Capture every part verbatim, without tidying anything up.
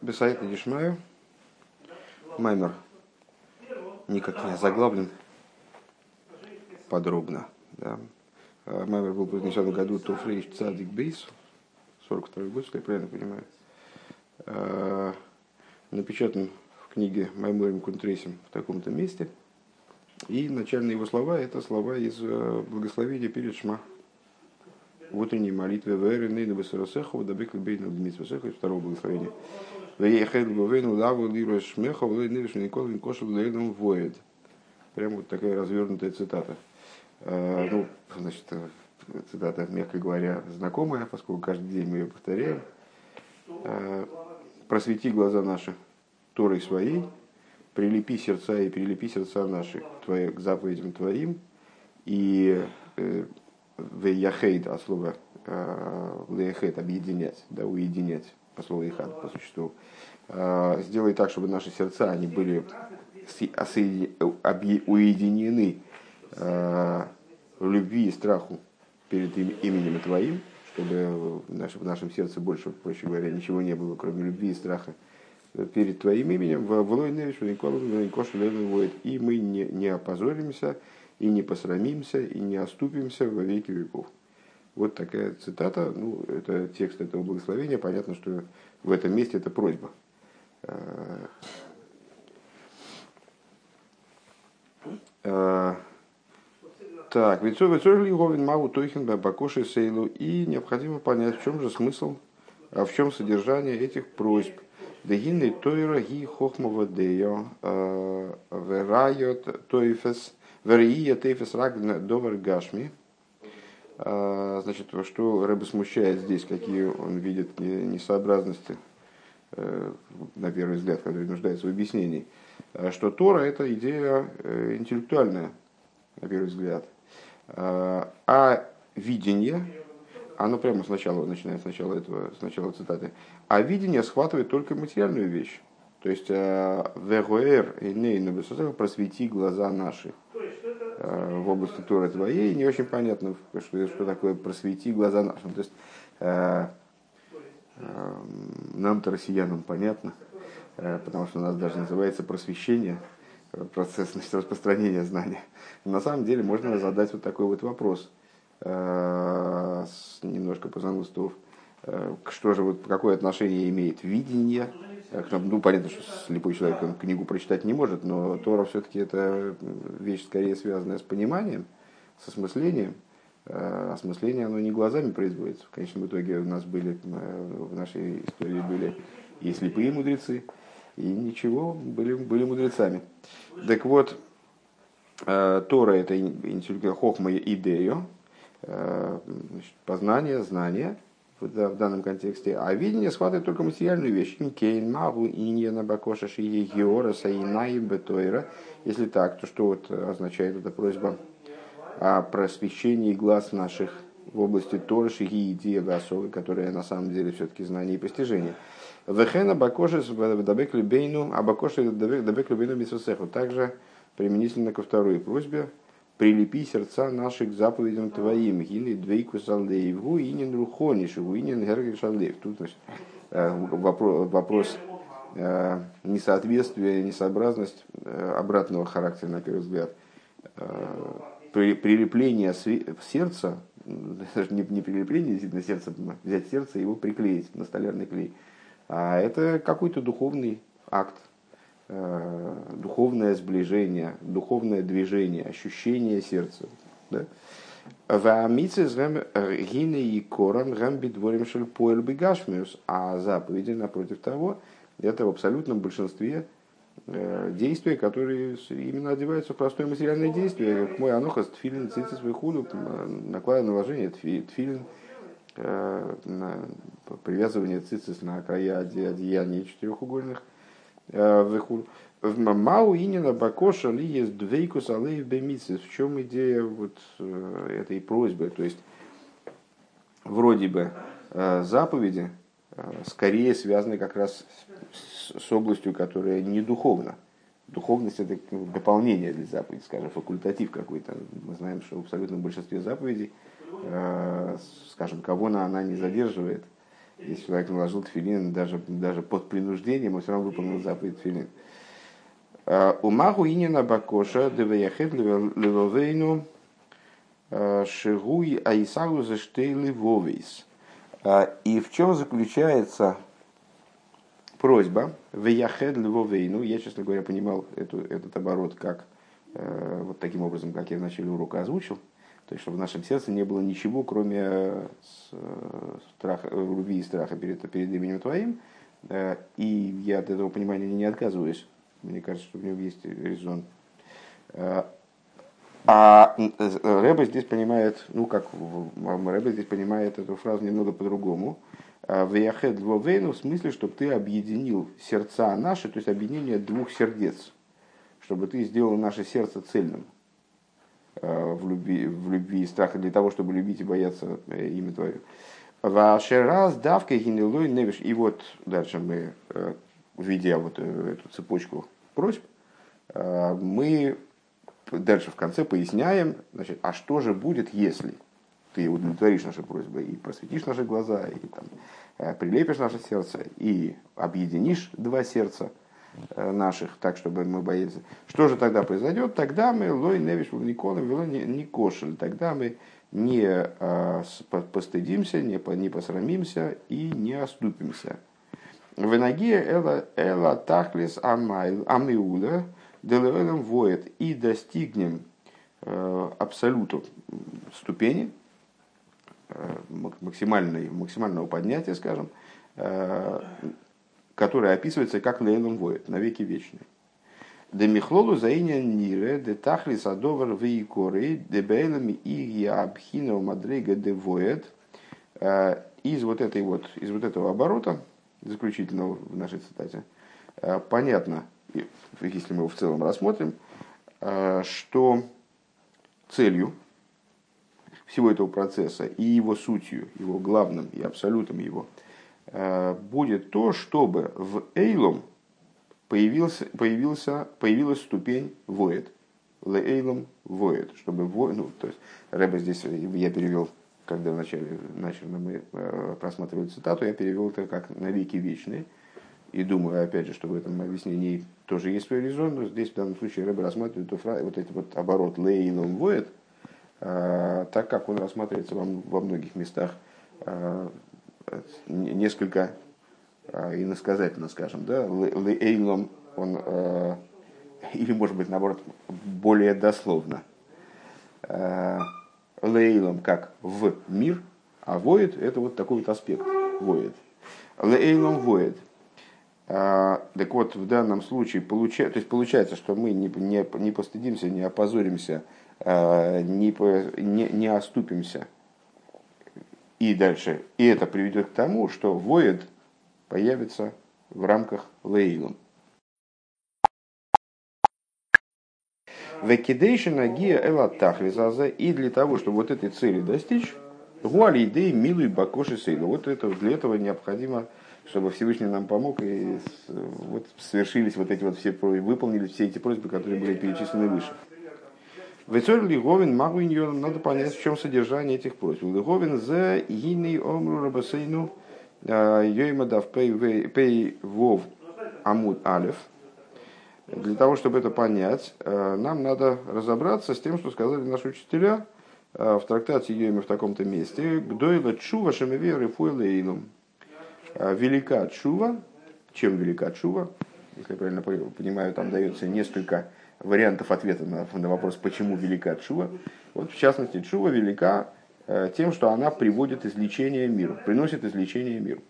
Бесайт Дишмаю. Маймер никак не озаглавлен подробно. Да. Маймер был произнесен в году Туфрейш Цадик Бейс, сорок второй год, если я правильно понимаю. Напечатан в книге Майморим Кунтрейсим в таком-то месте. И начальные его слова – это слова из благословения перед Шма. В утренней молитве Вэры Нейна Весарасехова Дабек Лебейна Дмитсвасеха, второго благословения. Прямо вот такая развернутая цитата. Ну, значит, цитата, мягко говоря, знакомая, поскольку каждый день мы ее повторяем. «Просвети глаза наши Торой своей, прилепи сердца и прилепи сердца наши к, твои, к заповедям твоим». И «веяхейд» от слова «веяхейд» объединять, да, уединять, по слову «ихад», по существу. Сделай так, чтобы наши сердца они были уединены в любви и страху перед именем Твоим, чтобы в нашем сердце больше, проще говоря, ничего не было, кроме любви и страха перед Твоим именем, и мы не, не опозоримся, и не посрамимся, и не оступимся во веки веков. Вот такая цитата, ну, это текст этого благословения, понятно, что в этом месте это просьба. Так, и необходимо понять, в чем же смысл, а в чем содержание этих просьб. Дегинный тойра ги хохмова део верайот тойфес верия тейфес рагна довер гашми. Значит, что Рэбе смущает здесь, какие он видит несообразности, на первый взгляд, которые нуждаются в объяснении, что Тора – это идея интеллектуальная, на первый взгляд, а видение, оно прямо сначала, начинает сначала этого, сначала цитаты, а видение схватывает только материальную вещь, то есть «вегуэр и нейну просвети глаза наши». В области Торы твоей не очень понятно, что, что такое «просвети глаза наши». То есть, нам-то, россиянам, понятно, потому что у нас даже называется просвещение, процесс, значит, распространения знания. Но на самом деле можно задать вот такой вот вопрос, немножко позанудствовав, что же, вот, какое отношение имеет видение. Ну, понятно, что слепой человек он книгу прочитать не может, но Тора все-таки это вещь скорее связанная с пониманием, с осмыслением. Осмысление оно не глазами производится. В конечном итоге у нас были, в нашей истории были и слепые мудрецы, и ничего, были, были мудрецами. Так вот, Тора это интеллектуальная хохма и идея, познание, знание в данном контексте, а видение схватывает только материальную вещь. Если так, то что вот означает эта просьба о просвещении глаз наших в области Торы, Шиги, Идея, Гасовы, которая на самом деле все-таки знание и постижение. Вехена бакошес дабек любейну, а бакошес дабек любейну бисусеху. Также применительно ко второй просьбе: прилепи сердца наши к заповедям твоим. Гины двейку салдеев, гуинин рухониш, гуинин гергиш алдеев. Тут, значит, вопрос, вопрос несоответствия, несообразность обратного характера, на первый взгляд. Прилепление сердца, не, не прилепление действительно сердца, взять сердце и его приклеить на столярный клей, а это какой-то духовный акт, духовное сближение, духовное движение, ощущение сердца. Да? А заповеди, напротив того, это в абсолютном большинстве действия, которые именно одеваются в простое материальное действие. Как мой анохас, тфилин, цицис, выхуду, накладное наложение, тфилин, привязывание цицис на края одеяний четырехугольных, выхуду. В Мау инина бакоша ли есть двейкус алеев бемицис. В чем идея вот этой просьбы? То есть, вроде бы заповеди скорее связаны как раз с областью, которая не духовна. Духовность – это дополнение для заповедей, скажем, факультатив какой-то. Мы знаем, что в абсолютном большинстве заповедей, скажем, кого она не задерживает, Если человек наложил тфилин даже, даже под принуждением, он все равно выполнил заповедь тфилин. Умаху инина бакоша деваяхет левовейну шигуй аисагу заштейли вовейс. И в чем заключается просьба «Веяхед львовейну»? Я, честно говоря, понимал эту, этот оборот как э, вот таким образом, как я в начале урока озвучил. То есть, чтобы в нашем сердце не было ничего, кроме э, страха, любви и страха перед, перед именем Твоим. Э, и я от этого понимания не отказываюсь. Мне кажется, что в нем есть резон. Э, а Рэбе здесь понимает, ну как Рэбе здесь понимает эту фразу немного по-другому. «Веяхед львовейну» в смысле, чтобы ты объединил сердца наши, то есть объединение двух сердец, чтобы ты сделал наше сердце цельным в любви, в любви и страхе для того, чтобы любить и бояться имя Твое. «Вашераз давка гинелой невиш». И вот дальше мы, введя вот эту цепочку просьб, мы дальше в конце поясняем, значит, а что же будет, если ты удовлетворишь наши просьбы и просветишь наши глаза, и там, прилепишь наше сердце, и объединишь два сердца наших, так, чтобы мы боялись. Что же тогда произойдет? Тогда мы лой невиш никола вело не кошель. Тогда мы не а, постыдимся, не, не посрамимся и не оступимся. Венагия эла эла тахлис амайл амиула делевелем воет, и достигнем э, абсолюту ступени, э, максимальной, максимального поднятия, скажем, э, которое описывается как лейлом воет, навеки вечный. Де михлолу заиня нире, де тахлис адовар вейкоры, де бейлами и абхина мадрега де воет. Из вот этой вот, из вот этого оборота, заключительного в нашей цитате, э, понятно, если мы его в целом рассмотрим, что целью всего этого процесса и его сутью, его главным и абсолютом его, будет то, чтобы в Эйлом появился, появился, появилась ступень воет. Ле Эйлом воет. Чтобы во, ну, то есть, Рэбе здесь, я перевел, когда вначале начали мы просматривать цитату, я перевел это как «навеки вечные». И думаю, опять же, что в этом объяснении тоже есть свой резон, но здесь в данном случае Рэбе рассматривает вот этот вот оборот «лейлом воет», так как он рассматривается во, во многих местах несколько иносказательно, скажем, да, «лейлом» он, или может быть наоборот, более дословно, «лейлом» как «в мир», а «воет» это вот такой вот аспект «воет». «Лейлом воет». Так вот, в данном случае получается, то есть получается, что мы не, не, не постыдимся, не опозоримся, не, не, не оступимся. И дальше. И это приведет к тому, что воед появится в рамках лейлом. Векидейшина гия элатахлизаза. И для того, чтобы вот этой цели достичь, гуали идеи милый бакоши сейла. Вот это, для этого необходимо, чтобы Всевышний нам помог, и вот свершились вот эти вот все, выполнились все эти просьбы, которые были перечислены выше. В Ицоре Лиговин могу надо понять, в чем содержание этих просьб. Лиговин за гиней омру рабасейну йоймадав пей вов амуд алев. Для того, чтобы это понять, нам надо разобраться с тем, что сказали наши учителя в трактате Йойма в таком-то месте. Гдойла чува шамеви рефуэлэйлум. Велика чува. Чем велика чува? Если я правильно понимаю, там дается несколько вариантов ответа на, на вопрос, почему велика чува. Вот в частности, чува велика тем, что она приводит излечение миру, приносит излечение миру.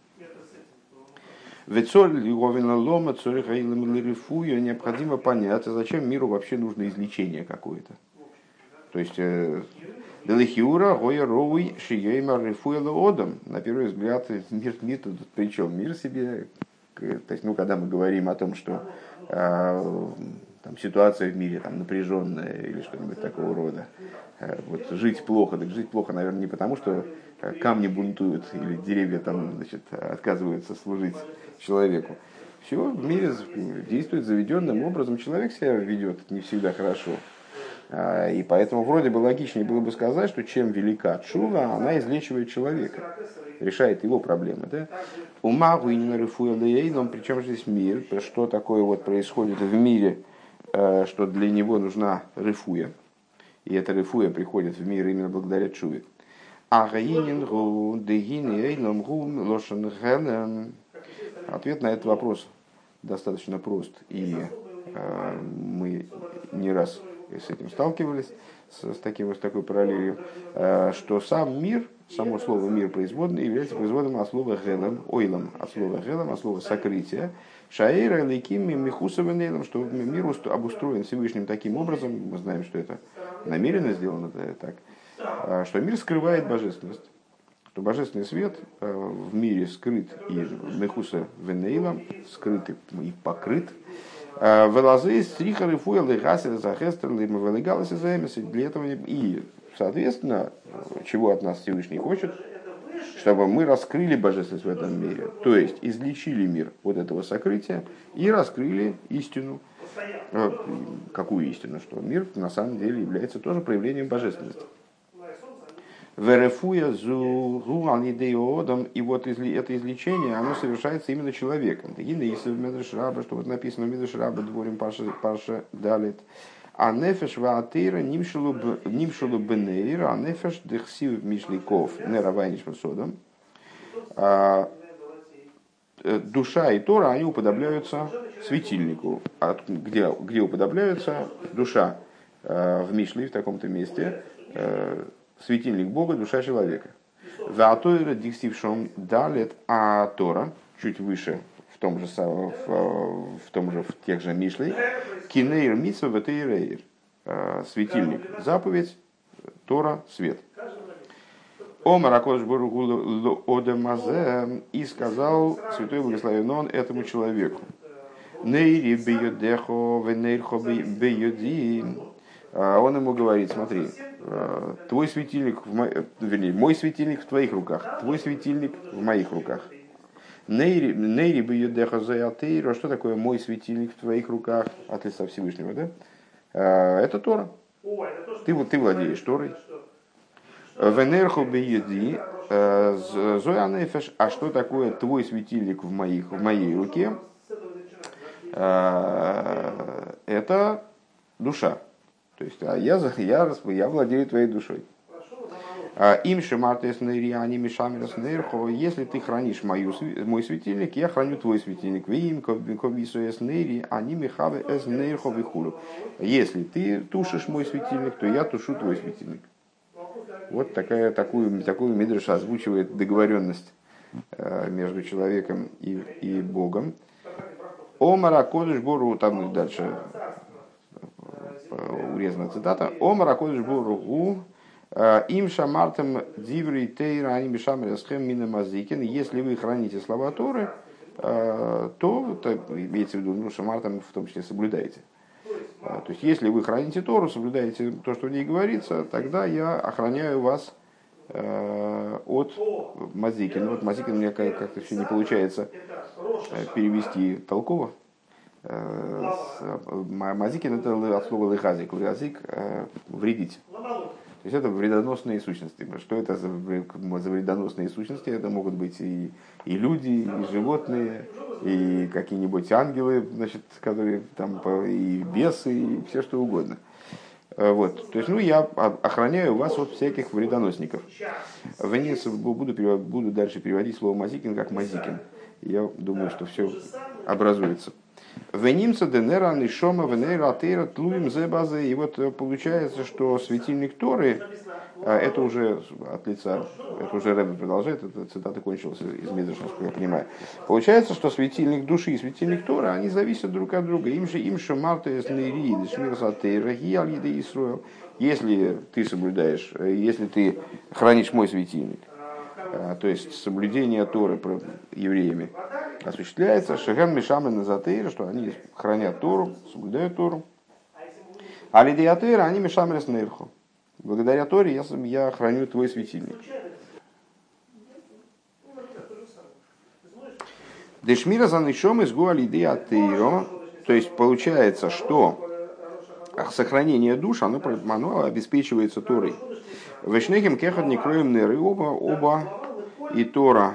Необходимо понять, а зачем миру вообще нужно излечение какое-то. То есть, Делихиура, Гоя Роуи, Шиейма, Рифуэла Одам. На первый взгляд, мир, мир тут при чем? Мир себе. То есть, ну, когда мы говорим о том, что э, там, ситуация в мире там, напряженная или что-нибудь такого рода, э, вот, жить плохо, так жить плохо, наверное, не потому, что камни бунтуют или деревья там, значит, отказываются служить человеку. Все в мире действует заведенным образом, человек себя ведет не всегда хорошо. И поэтому вроде бы логичнее было бы сказать, что чем велика тшува, она излечивает человека. решает его проблемы. Да? Умагу и не нарифуэлэйном, причем здесь мир, что такое вот происходит в мире, что для него нужна рифуя, и эта рифуя приходит в мир именно благодаря чуве. Ответ на этот вопрос достаточно прост, и э, мы не раз с этим сталкивались, с, с, таким, с такой параллелью, э, что сам мир, само слово мир производный, является производным от слова гелем, ойлом, от слова гелем, от слова сокрытие, шаэра лейкими михусовенелем, что мир обустроен Всевышним таким образом, мы знаем, что это намеренно сделано так, что мир скрывает божественность. Что божественный свет в мире скрыт и мехуса венейлом, скрыт и покрыт. Велазы стрихары фуэлы гасер захестерли мавелегаласы заэмесы. Для этого и, соответственно, чего от нас Всевышний хочет, чтобы мы раскрыли божественность в этом мире. То есть излечили мир от этого сокрытия и раскрыли истину. Какую истину? Что мир на самом деле является тоже проявлением божественности. Верефуя зу гуалидеодом, и вот это излечение, оно совершается именно человеком. Такие нейсы в Медреш-Раба, что вот написано в Медреш-Раба, дворим Парша Далит. А нефеш ваатейра нимшелу бенейра, а нефеш дехсив мишликов неравайниш содом. Душа и Тора, они уподобляются светильнику. Где, где уподобляются? Душа в Мишле, в таком-то месте, светильник Бога, душа человека. Ваатойра дикстившом далит, а Тора, чуть выше, в том же, в, в, том же, в тех же Мишлей, кинейр митсва ветейрейр, светильник, заповедь, Тора, свет. Омар акодыш боругу одемазе, и сказал святой благословен он этому человеку: нейри бейодехо венейрхо бейоди. Он ему говорит: смотри, твой светильник, в мо... вернее, мой светильник в твоих руках, твой светильник в моих руках. Нейри бейодехо зеатейро. Что такое мой светильник в твоих руках от лица Всевышнего, да? Это Тора. Ты, ты владеешь Торой. Венерхо бейоди зоянефеш. А что такое твой светильник в, моих, в моей руке? Это душа. То есть а я, я, я владею твоей душой. Им шемартес нейриани мишамирас нейрхо. Если ты хранишь мою, мой светильник, я храню твой светильник. Вим ковисуэс нейри они михаве эс нейрхо вихулу. Если ты тушишь мой светильник, то я тушу твой светильник. Вот такая, такую, такую Мидраш озвучивает договоренность между человеком и, и Богом. Омара кодыш бору, там дальше урезана цитата. Омара кодыш бору гу им шамартем диври тейра они мишамер эсхем минамазикин. Если вы храните слова Торы, то, то имеется в виду, ну, шамартем в том числе соблюдаете. То есть, если вы храните Тору, соблюдаете то, что в ней говорится, тогда я охраняю вас э, от мазикин. Ну, вот мазикин у меня как-то все не получается перевести толково. Э, мазикин это от слова лыхазик. Лыхазик э, вредить. То есть это вредоносные сущности. Что это за, за вредоносные сущности? Это могут быть и, и люди, и животные, и какие-нибудь ангелы, значит, которые там, и бесы, и все что угодно. Вот. То есть, ну, я охраняю вас от всяких вредоносников. Венец буду, буду дальше переводить слово мазикин как мазикин. Я думаю, что все образуется. Венимца денера нишома венера атеира тлуим зебазе. И вот получается, что светильник Торы, это уже от лица, это уже Рэбе продолжает, эта цитата кончилась из Мидраша, насколько я понимаю. Получается, что светильник души и светильник Торы, они зависят друг от друга. Им же им шамартес нейри, дешмирс атеира, гиалиде Исруэл. Если ты соблюдаешь, если ты хранишь мой светильник, то есть соблюдение Торы евреями осуществляется, шехем мишамы назатейра, что они хранят Тору, соблюдают Тору. А лидеатейра они мишамы снейрху. Благодаря Торе я, я храню твой светильник. Дешмира занышом из гуалидеатейро. То есть получается, что сохранение душ, оно, оно обеспечивается Торой. Вешнехим кехот не кроем неры, оба, оба и Тора,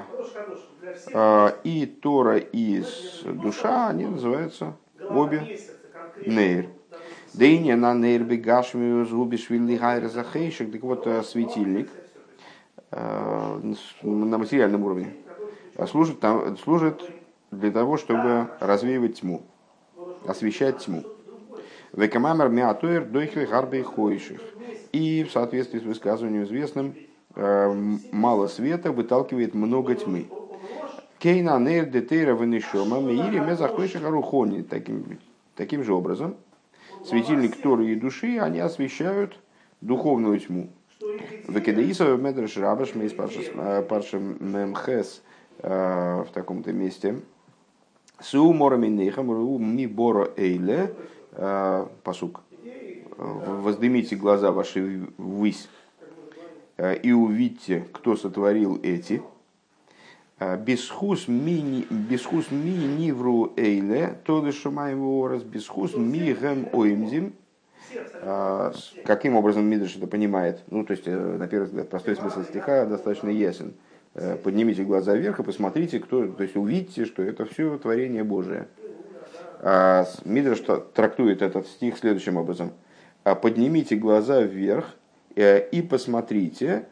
и Тора и душа, они называются обе нейр. Дейня на нейр бегашмию згубишь вильный гайр захейшек. Так вот, светильник на материальном уровне служит, там, служит для того, чтобы развеивать тьму, освещать тьму. Векамамер миатуэр дойхве гарбей хойших. И в соответствии с высказыванием известным, мало света выталкивает много тьмы. Кейна нейр детейра венешома меири мезахойших арухони. Таким, таким же образом, светильник Торы и души, они освещают духовную тьму. Векедаисов медреш рабаш мейс паршем мемхес в таком-то месте. Су морами нейхам ру ми боро эйле. Пасук. Воздымите глаза ваши ввысь и увидьте, кто сотворил эти. Бесхус ми нивру эйле, то шумаем ворос, бесхус ми гэм оимзим. Каким образом Мидраш это понимает? Ну, то есть, на первый взгляд, простой смысл стиха достаточно ясен. Поднимите глаза вверх и посмотрите, кто, то есть увидите, что это все творение Божие. Мидраш трактует этот стих следующим образом. Поднимите глаза вверх и посмотрите,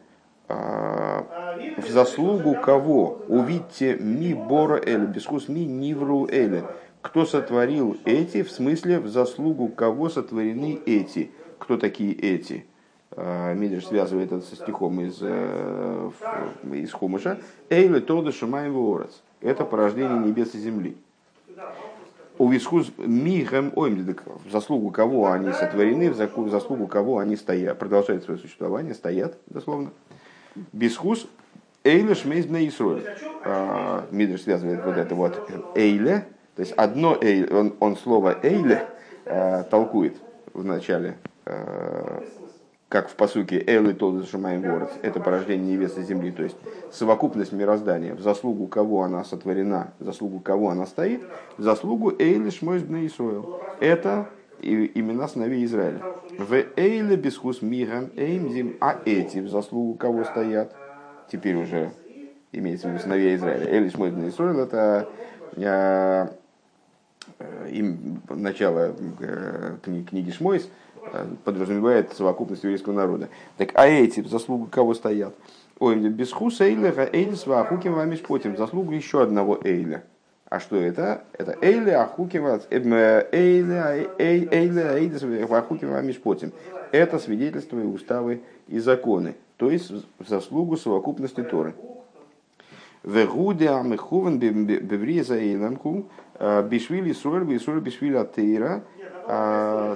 в заслугу кого? Увидьте ми бора эль, бесхус ми нивру эль. Кто сотворил эти, в смысле, в заслугу кого сотворены эти? Кто такие эти? Мидраш связывает это со стихом из, из Хумаша. Эйле тода шумаем ворос. Это порождение небес и земли. У висхуз мигем ойм, в заслугу кого они сотворены, в заслугу кого они стоят, продолжают свое существование, стоят, дословно. Бисхуз эйле шмейз бней Исроэль. Мидраш связывает вот это вот эйле. То есть одно эйле, он, он слово эйле э, толкует в начале, э, как в пасуке эйле тодос шумаем ворот, это порождение небес и земли, то есть совокупность мироздания, в заслугу кого она сотворена, в заслугу кого она стоит, в заслугу эйле шмойс бней Исроэль. Это имена сыновей Израиля. В эйле бисхус мигам эймзим, а эти в заслугу кого стоят, теперь уже имеется в виду сыновья Израиля. Эйле шмойс бней Исроэль это э, им начало книги Шмойс подразумевает совокупность еврейского народа. Так, а эти в заслугу кого стоят? Ой, бесхус эйлеха эйльсва ахуким вами шпотим. Заслугу еще одного эйля. А что это? Это эйле ахуким эйле эйле эйльсва ахуким вами шпотим. Это свидетельства и уставы и законы. То есть в заслугу совокупности Торы. Вегуде амехувен бевриза эйламку бишвили сроль бишвили бишвили атеира. То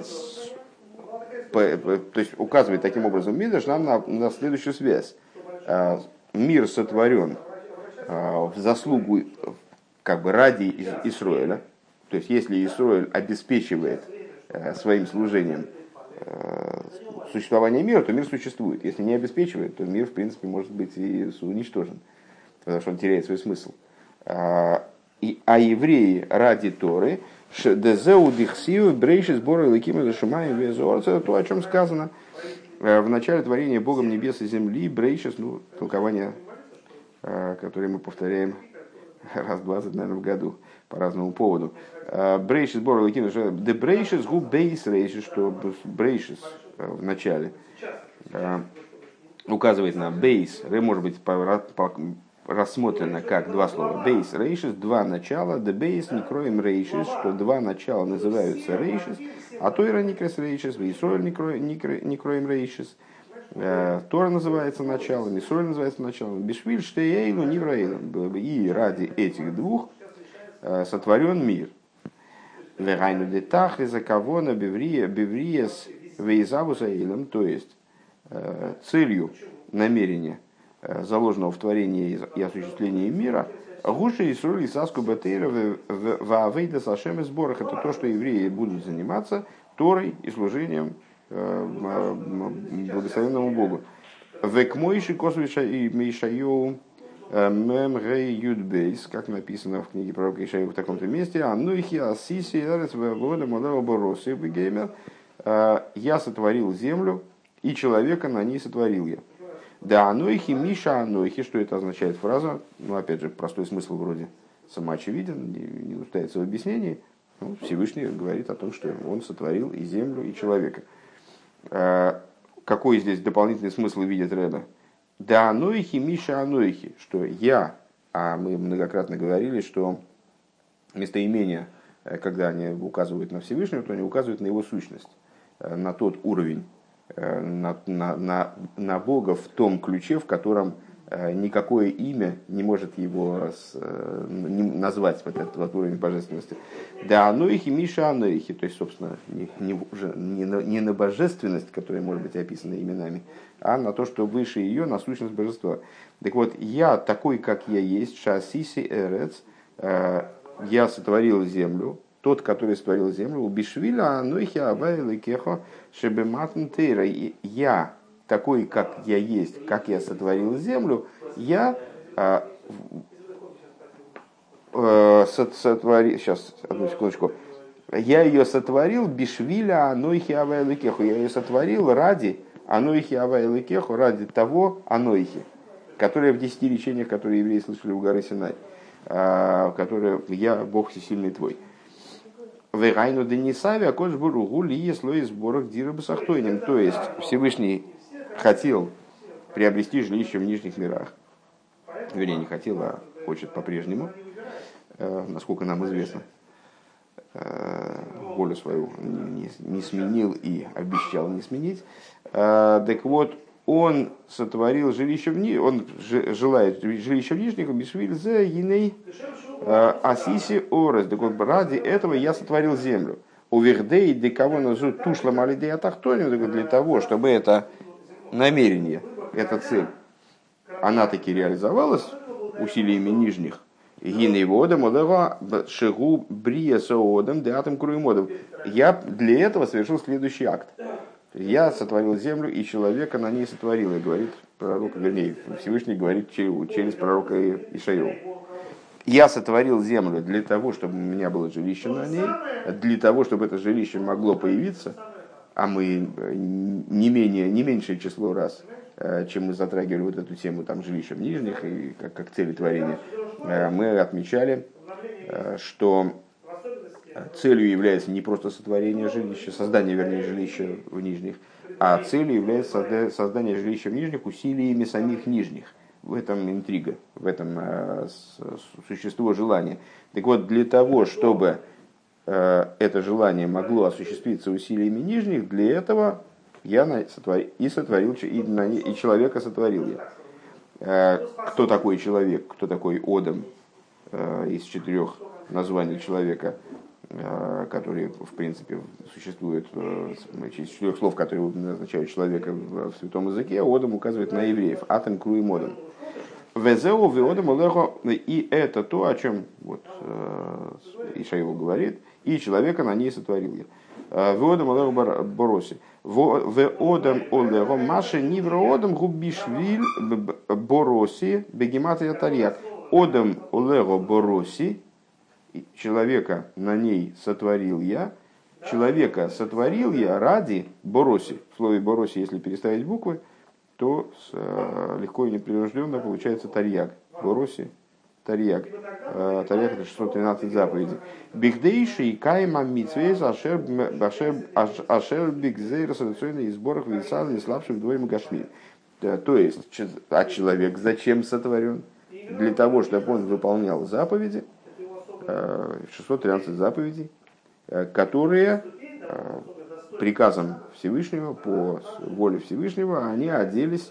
есть указывает таким образом Мидраш нам на, на следующую связь. Мир сотворен в заслугу, как бы ради Исроэля. То есть если Исроэль обеспечивает своим служением существование мира, то мир существует. Если не обеспечивает, то мир в принципе может быть и уничтожен, потому что он теряет свой смысл. А евреи ради Торы, это то, о чем сказано в начале творения Богом небес и земли, брейшис, ну, толкование, которое мы повторяем раз двадцать, наверное, в году по разному поводу. Брейшис бора лаким, де брейшис гу бейс рейшис, что брейшис в начале указывает на бейс, может быть рассмотрено как два слова. Бейс рейшис, два начала, де бейс не кроем рейшис, что два начала называются рейшис, а Тойра не крес рейшис, Исроэль не кроем рейшис. Тора называется началом, Исроэль называется началом. Бишвиль штеэйлу нивраэйлом. И ради этих двух сотворен мир. Вегайну детах из-за кого на бевриес вейзавусаэйлом, то есть целью намерения, заложенного в творении и осуществлении мира, гуши Исроэль и саску бетейра в авейда сашем и сборах. Это то, что евреи будут заниматься Торой и служением благословенному Богу. Век мойши косвиша и мейшайоу мем гей юдбейс, как написано в книге пророка Ишайю в таком-то месте. Аннуихи асиси эрец вэвода модева боросы бегеймер. Я сотворил землю, и человека на ней сотворил я. Да, анойхи, Миша, анойхи, что это означает фраза? Ну, опять же, простой смысл вроде самоочевиден, не, не нуждается в объяснении. Ну, Всевышний говорит о том, что он сотворил и землю, и человека. А, какой здесь дополнительный смысл видит Ребе? Да, анойхи, Миша, анойхи, что я, а мы многократно говорили, что местоимения, когда они указывают на Всевышнего, то они указывают на его сущность, на тот уровень, на, на, на, на Бога в том ключе, в котором никакое имя не может его назвать, вот этот вот уровень божественности. Да, анойхи, Миша, анойхи, то есть, собственно, не, не, уже не, на, не на божественность, которая может быть описана именами, а на то, что выше ее, на сущность божества. Так вот, я такой, как я есть, шасиси эрец, я сотворил землю, тот, который сотворил землю, у Бишвиля, анойхи, авайла, кехо, шебематн тейра, я такой, как я есть, как я сотворил землю, я э, э, сотворил, сейчас, одну секундочку, я ее сотворил бишвиля анойхи авайлыкеху, я ее сотворил ради анойхи авайлыкеху, ради того анойхи, которое в десяти речениях, которые евреи слышали у горы Синай, э, которое я, Бог всесильный твой. Вегайну денисави, а кодж буругу ли слой сборок дирабасахтойним, то есть Всевышний хотел приобрести жилище в нижних мирах. Вернее, не хотел, а хочет по-прежнему, э, насколько нам известно. Э, волю свою не, не сменил и обещал не сменить. Э, так вот, он сотворил жилище в нижних, он желает жилище в нижних, бишвильзе еней асиси орес. Так вот, ради этого я сотворил землю. У вердей для кого назовут тушла малидея тахтоним, для того, чтобы это намерение, эта цель, она таки реализовалась усилиями нижних. Я для этого совершил следующий акт. Я сотворил землю, и человека на ней сотворил. И говорит пророк, вернее, Всевышний говорит через пророка Ишайю. Я сотворил землю для того, чтобы у меня было жилище на ней, для того, чтобы это жилище могло появиться, а мы не, менее, не меньшее число раз, чем мы затрагивали вот эту тему там, жилища в нижних и как, как цели творения, мы отмечали, что целью является не просто сотворение жилища, создание, вернее, жилища в нижних, а целью является создание жилища в нижних усилиями самих нижних. В этом интрига, в этом существо желания. Так вот, для того, чтобы это желание могло осуществиться усилиями нижних, для этого я сотворил, и сотворил, и, и человека сотворил я. Кто такой человек, кто такой Одам из четырех названий человека, которые, в принципе, существуют, из четырех слов, которые означают человека в святом языке, Одам указывает на евреев. Атом, Кру и Модам. Везеу, Веодам, Олехо, и это то, о чем вот, Ишайю говорит, и человека на ней сотворил я. Веодам, Олехо, Бороси. Веодам, Олехо, Маши, Нивроодам, Губишвиль, Бороси, Бегематрия Тарьяк. Одам, Олехо, Бороси, человека на ней сотворил я, человека сотворил я ради Бороси. В слове Бороси, если переставить буквы, то с, легко и непринужденно получается Тарьяк. Бороси, Тарьяк. Тарьяк — это шестьсот тринадцать заповедей. Бигдейши и кайма митсвейс ашер бигзейра садационный из сборах висал и слабших вдвоем гашми. То есть, а человек зачем сотворен? Для того, чтобы он выполнял заповеди, шестьсот тринадцать заповедей, которые приказом Всевышнего, по воле Всевышнего, они оделись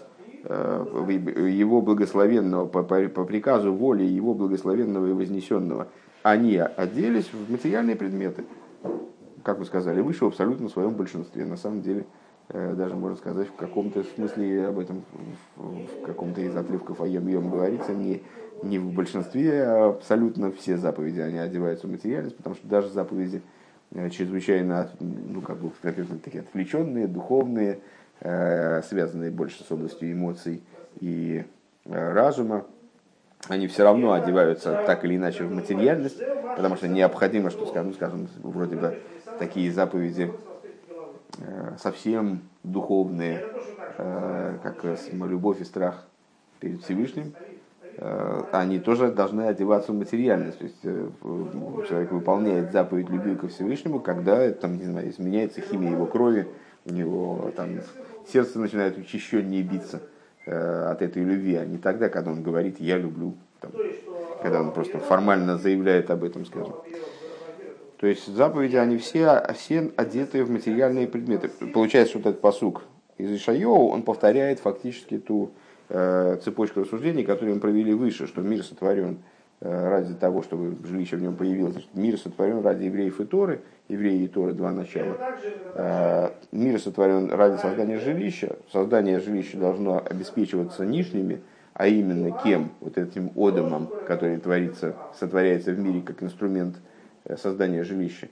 его благословенного, по, по, по приказу воли его благословенного и вознесенного, они оделись в материальные предметы, как вы сказали, выше в абсолютно своем большинстве. На самом деле, даже можно сказать, в каком-то смысле об этом, в каком-то из отрывков о Йом-Йом говорится, не, не в большинстве, а абсолютно все заповеди, они одеваются в материальность, потому что даже заповеди чрезвычайно, ну, как бы, такие отвлеченные, духовные, связанные больше с областью эмоций и разума, они все равно одеваются так или иначе в материальность, потому что необходимо, что, скажем, скажем вроде бы такие заповеди, совсем духовные, как любовь и страх перед Всевышним, они тоже должны одеваться в материальность. То есть человек выполняет заповедь любви ко Всевышнему, когда там, не знаю, изменяется химия его крови, у него там сердце начинает учащеннее биться от этой любви, а не тогда, когда он говорит «я люблю», там, когда он просто формально заявляет об этом, скажем. То есть заповеди, они все, все одеты в материальные предметы. Получается, что вот этот пасук из Ишайоу, он повторяет фактически ту э, цепочку рассуждений, которые мы провели выше, что мир сотворен э, ради того, чтобы жилище в нем появилось. Значит, мир сотворен ради евреев и Торы, евреи и Торы два начала. Э, мир сотворен ради создания жилища. Создание жилища должно обеспечиваться нижними, а именно кем? Вот этим одомом, который творится, сотворяется в мире как инструмент создания жилища.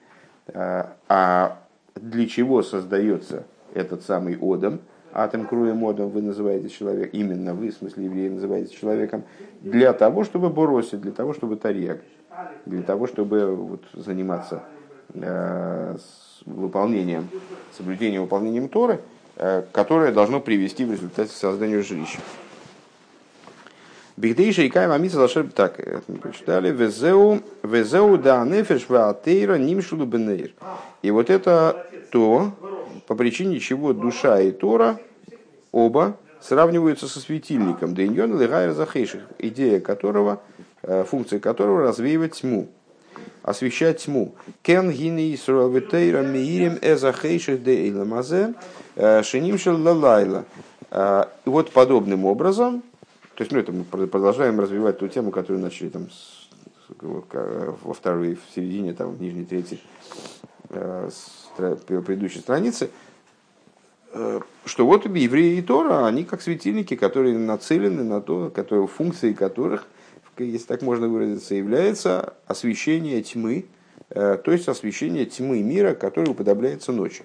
А для чего создается этот самый одом? Атом круем одом вы называете человек, именно вы, в смысле евреи, называете человеком, для того, чтобы боросить, для того, чтобы тарьяг, для того, чтобы вот, заниматься э, с выполнением, соблюдением, выполнением Торы, э, которое должно привести в результате к созданию жилища. Бигдейша и кайма митса лашер, так, мы прочитали, везеу, везеу да нефеш ваатейра нимшулу бенейр. И вот это то, по причине чего душа и Тора оба сравниваются со светильником, дейньон легайр захейших, идея которого, функция которого развеивать тьму, освещать тьму. Кен гини исруэл витейра миирим эзахейших де иламазе шинимшел лалайла. И вот подобным образом, то есть, ну, это мы продолжаем развивать ту тему, которую начали там с, во второй, в середине, там, в нижней трети э, предыдущей страницы, э, что вот евреи и Тора, они как светильники, которые нацелены на то, которые, функцией которых, если так можно выразиться, является освещение тьмы, э, то есть освещение тьмы мира, которое уподобляется ночи.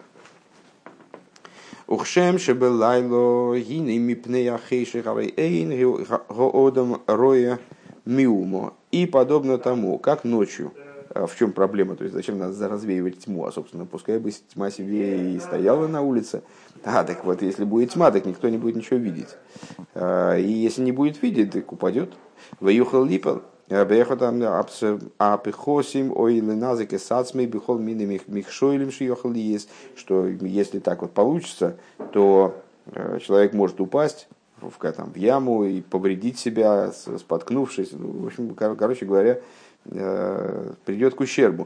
Ухшем шебелайло гины мипней ахейших авейн гоодам роя миумо. И подобно тому, как ночью. В чем проблема? То есть зачем надо развеивать тьму? А, собственно, пускай бы тьма себе и стояла на улице. А, так вот, если будет тьма, так никто не будет ничего видеть. И если не будет видеть, так упадет. Ваюхал липал. Апихосим ойленазыке сацмей бихол мины михшойлем шиёхал есть, что если так вот получится, то человек может упасть в, там, в яму и повредить себя, споткнувшись. В общем, короче говоря, придет к ущербу.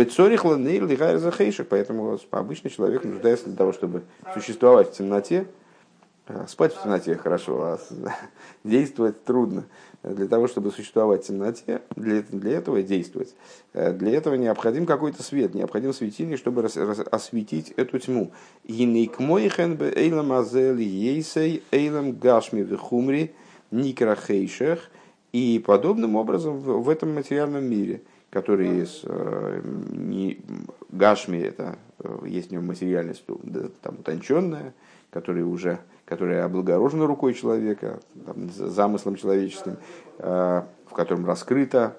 Поэтому обычный человек нуждается для того, чтобы существовать в темноте. Спать в темноте хорошо, а действовать трудно. Для того, чтобы существовать в темноте, для, для этого действовать, для этого необходим какой-то свет, необходим светильник, чтобы рас, рас, осветить эту тьму. И подобным образом в этом материальном мире, который есть, не, гашми, это есть в нем материальность там, утонченная, который уже которая облагорожена рукой человека, там, замыслом человеческим, в котором раскрыто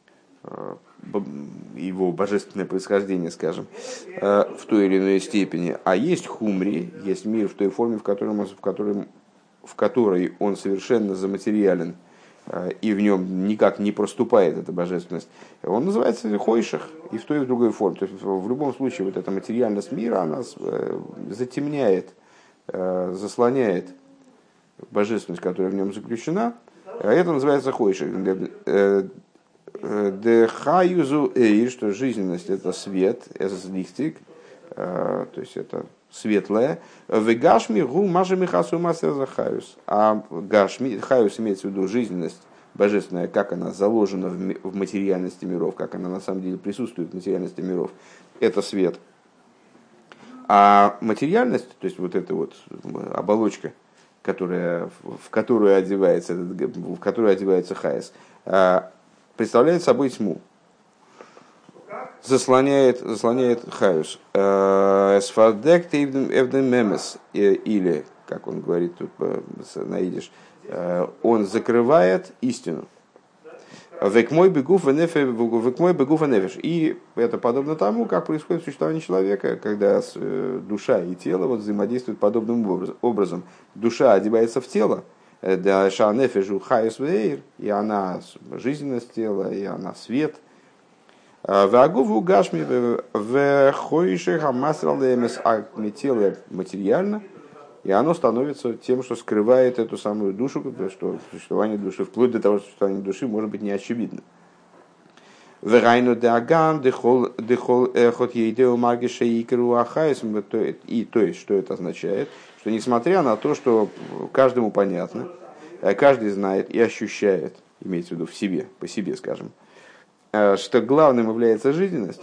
его божественное происхождение, скажем, в той или иной степени. А есть хумри, есть мир в той форме, в, котором, в, котором, в которой он совершенно заматериален, и в нем никак не проступает эта божественность. Он называется хойших и в той, и в другой форме. То есть, в любом случае, вот эта материальность мира, она затемняет, заслоняет божественность, которая в нем заключена, а это называется хойших. Дехаюзу эйр, что жизненность это свет, эзлихтик, то есть это светлое. Вегашми гу мажеми хасу масер захаюс. А гашми, хаюс имеется в виду жизненность божественная, как она заложена в материальности миров, как она на самом деле присутствует в материальности миров, это свет. А материальность, то есть вот эта вот оболочка, которая, в которую одевается, в которую одевается хайс, представляет собой тьму, заслоняет, заслоняет хайус. Сфардек мемес, или, как он говорит тут на идиш, он закрывает истину. Век мой бегуф и нефеш. И это подобно тому, как происходит существование человека, когда душа и тело вот взаимодействуют подобным образом. Душа одевается в тело, да ша нефешу хайс веир, и она жизненность тела, и она свет. Вагуву гашми в хоише хамасралемес, а тело материально, и оно становится тем, что скрывает эту самую душу, что существование души, вплоть до того, что существование души может быть не очевидно. И то есть, что это означает? Что несмотря на то, что каждому понятно, каждый знает и ощущает, имеется в виду в себе, по себе, скажем, что главным является жизненность,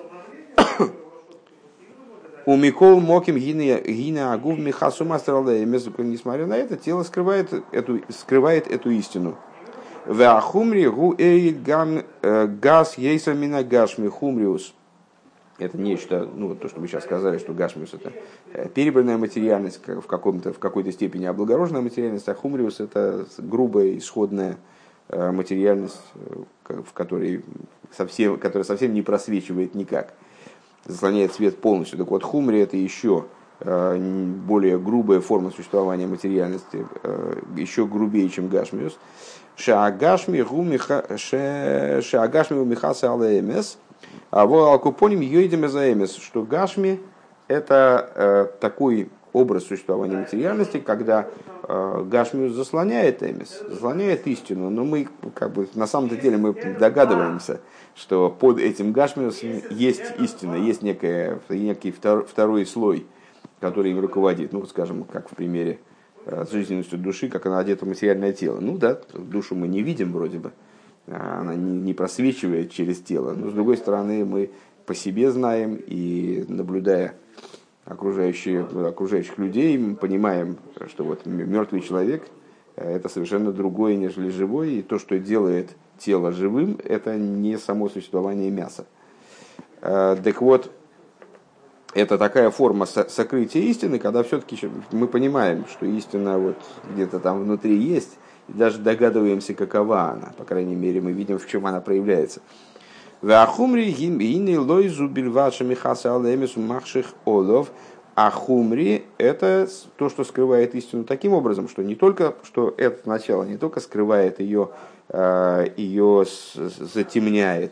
у Микол Моким Гина Агув Михасу Мастрале, несмотря на это, тело скрывает эту, скрывает эту истину. В Хумри Гу Эйд Газ Ейса Мина Гашми Хумриус. Это нечто, ну, то, что мы сейчас сказали, что Гашмиус это перебранная материальность, в, каком-то, в какой-то степени облагороженная материальность, а Хумриус это грубая, исходная материальность, в которой совсем, которая совсем не просвечивает никак, заслоняет свет полностью. Так вот, хумри это еще более грубая форма существования материальности, еще грубее, чем гашмиус. Шаагашми у михаса алаэмес, а во алкупоним йойдем заэмес, что гашми это такой образ существования материальности, когда э, гашмиус заслоняет эмис, заслоняет истину, но мы как бы на самом-то деле мы догадываемся, что под этим гашмиусом есть истина, есть некая, некий втор, второй слой, который им руководит. Ну, скажем, как в примере э, с жизненностью души, как она одета в материальное тело. Ну да, душу мы не видим вроде бы, она не, не просвечивает через тело, но с другой стороны мы по себе знаем и наблюдая окружающие, окружающих людей, мы понимаем, что вот мертвый человек это совершенно другое, нежели живой, и то, что делает тело живым, это не само существование мяса. Так вот, это такая форма сокрытия истины, когда все-таки мы понимаем, что истина вот где-то там внутри есть, и даже догадываемся, какова она, по крайней мере, мы видим, в чем она проявляется. А хумри это то, что скрывает истину таким образом, что не только что это начало, не только скрывает ее, ее затемняет,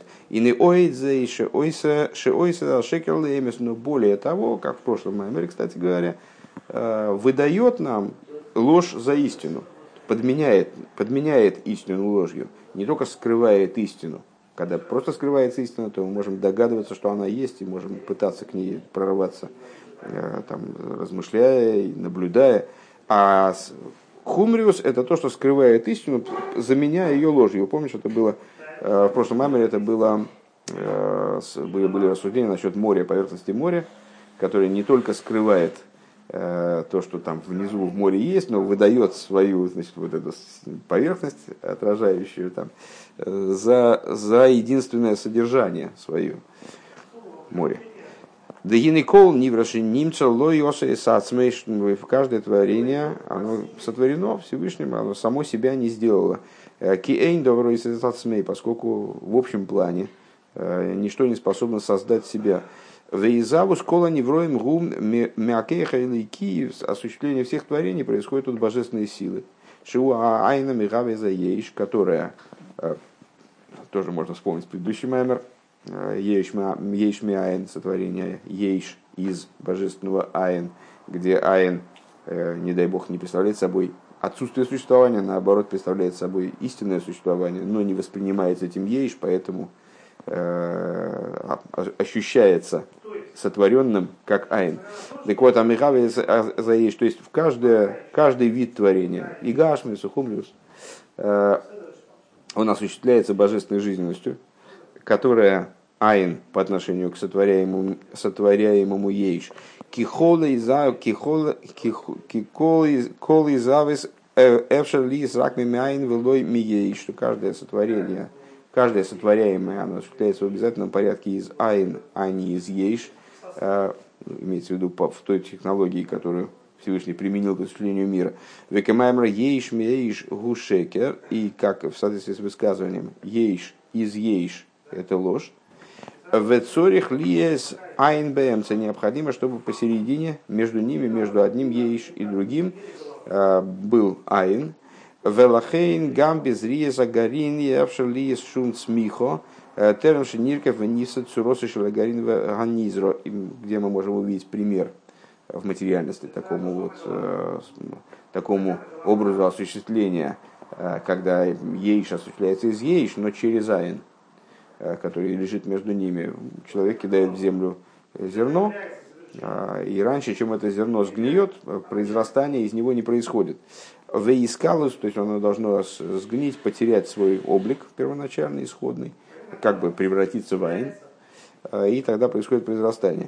но более того, как в прошлом маймере, кстати говоря, выдает нам ложь за истину, подменяет, подменяет истину ложью, не только скрывает истину. Когда просто скрывается истина, то мы можем догадываться, что она есть, и можем пытаться к ней прорваться, там, размышляя и наблюдая. А хумриус – это то, что скрывает истину, заменяя ее ложью. Помнишь, это было в прошлом маймере, это было, были, были рассуждения насчет моря, поверхности моря, которое не только скрывает то, что там внизу в море есть, но выдает свою, значит, вот эту поверхность, отражающую там, за, за единственное содержание свое море. Дагиникол нивраши немца лойоса и сацмейш. Каждое творение, оно сотворено Всевышним, оно само себя не сделало. Киэйн добро и сацмей, поскольку в общем плане ничто не способно создать себя. Вейзаву школа невроем гум мякеха или киев. Осуществление всех творений происходит от божественной силы. Шиуа айна мигавеза ейш, которая, тоже можно вспомнить предыдущий маймер, ейш ми айн, сотворение ейш из божественного айн, где айн, не дай бог, не представляет собой отсутствие существования, наоборот, представляет собой истинное существование, но не воспринимается этим ейш, поэтому ощущается сотворенным как айн. Так вот, амихаве заешь, то есть в каждое, каждый вид творения, и гашмис, и хумриус, он осуществляется божественной жизненностью, которая айн по отношению к сотворяемому, сотворяемому ейш. Кихол из авис эвшер ли из ракми айн велой ми ейш, что каждое сотворение, каждое сотворяемое, оно осуществляется в обязательном порядке из айн, а не из ейш. Имеется в виду в той технологии, которую Всевышний применил к осуществлению мира. Векамаймра ейш мейш гушекер, и как в соответствии с высказыванием ейш из ейш – это ложь. Вецорих лиес айн бэмца, необходимо, чтобы посередине, между ними, между одним ейш и другим, был айн. Велахейн гамбез риеса гарин явшер лиес шун смихо терем шинирков вниса цуросы шелагарин ганизро, где мы можем увидеть пример в материальности такому вот такому образу осуществления, когда ейш осуществляется из ейш, но через айн, который лежит между ними. Человек кидает в землю зерно, и раньше, чем это зерно сгниет, произрастание из него не происходит. Веискалус, то есть оно должно сгнить, потерять свой облик первоначальный, исходный, как бы превратиться в айн, и тогда происходит произрастание.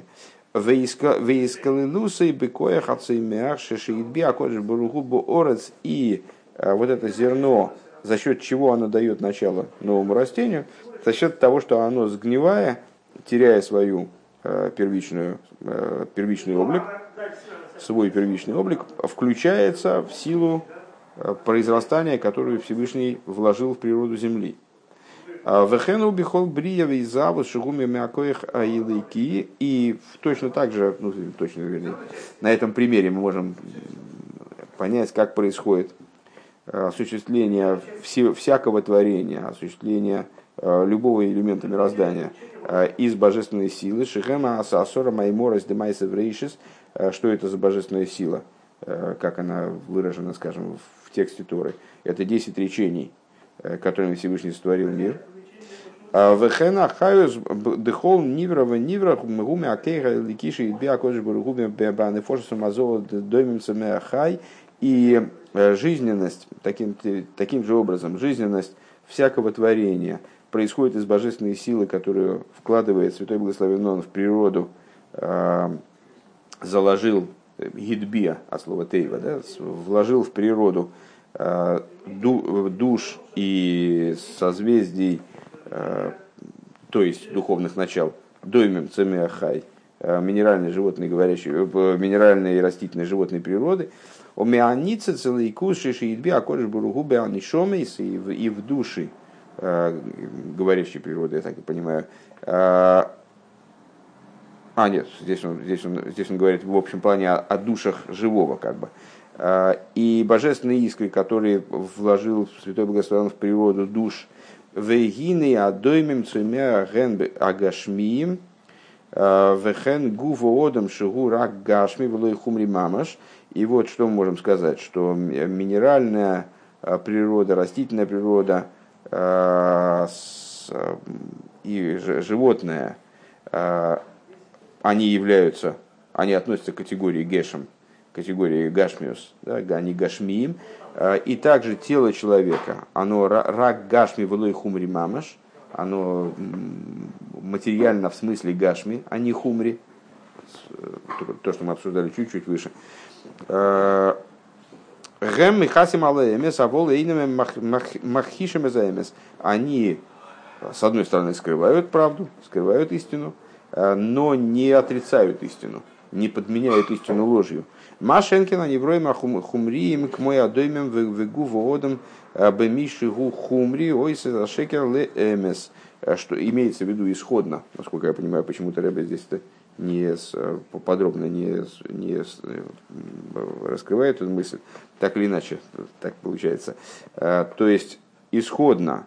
Веискалилусы бекоях ацеймях шешиидби акодж баруху боорец, и вот это зерно, за счет чего оно дает начало новому растению, за счет того, что оно, сгнивая, теряя свою э, первичную, э, первичный облик, свой первичный облик, включается в силу э, произрастания, которую Всевышний вложил в природу земли. Вехену бихол бриевый завод шигуми мякоих аилыки, и точно так же, ну точно вернее, на этом примере мы можем понять, как происходит осуществление всякого творения, осуществление любого элемента мироздания из божественной силы. Шихема асасора майморас демайса врейшис. Что это за божественная сила? Как она выражена, скажем, в тексте Торы? Это десять речений, которыми Всевышний сотворил мир. Вехена хаюс дехол ниврова нивра гуми акейха ликиши идби акодж баругуми беанефошесу мазола домимца меахай. И жизненность, таким, таким же образом, жизненность всякого творения происходит из божественной силы, которую вкладывает Святой Благословен Он в природу, э, заложил гидбия, от слова тейва, да, вложил в природу э, ду, душ и созвездий, э, то есть духовных начал, доймем цемеахай, э, минеральной животной, говорящей, э, минеральной и растительной животной природы, омеаница целый куши шиидби акодж баругу беанишомейс, и в душе говорящей природы, я так и понимаю. А, нет, здесь он, здесь, он, здесь он говорит в общем плане о, о душах живого, как бы. И божественные искры, которые вложил Святой Благословен в природу душ, вегины адоймим цумя ген агашмиим, вехен гувоодам шигу рак гашми влой хумри мамаш. И вот что мы можем сказать, что минеральная природа, растительная природа и животное, они являются, они относятся к категории гешем, категории гашмиус, да, они гашмиим, и также тело человека, оно рак гашми влой хумри мамаш, оно материально в смысле гашми, а не хумри, то, что мы обсуждали чуть-чуть выше. Гэм и хасим алээмес, а волы инами махишем эзаэмес. Они, с одной стороны, скрывают правду, скрывают истину, но не отрицают истину, не подменяют истину ложью. Машенкина невроима хумриим к мой адоймем вегу воодам бемишигу хумри ойсе шекер лээмес. Что имеется в виду исходно, насколько я понимаю, почему-то Ребе здесь-то не подробно не, не раскрывает эту мысль, так или иначе, так получается. То есть исходно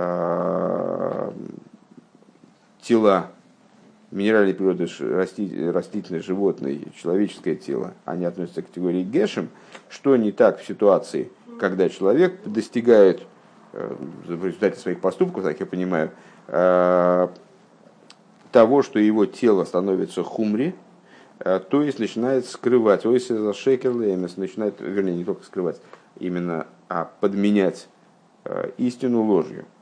тела минеральной природы, растительной, животной, человеческое тело, они относятся к категории гешем, что не так в ситуации, когда человек достигает в результате своих поступков, так я понимаю, того, что его тело становится хумри, то есть начинает скрывать, ой, за шекер лэмес, начинает, вернее, не только скрывать, именно а подменять истину ложью.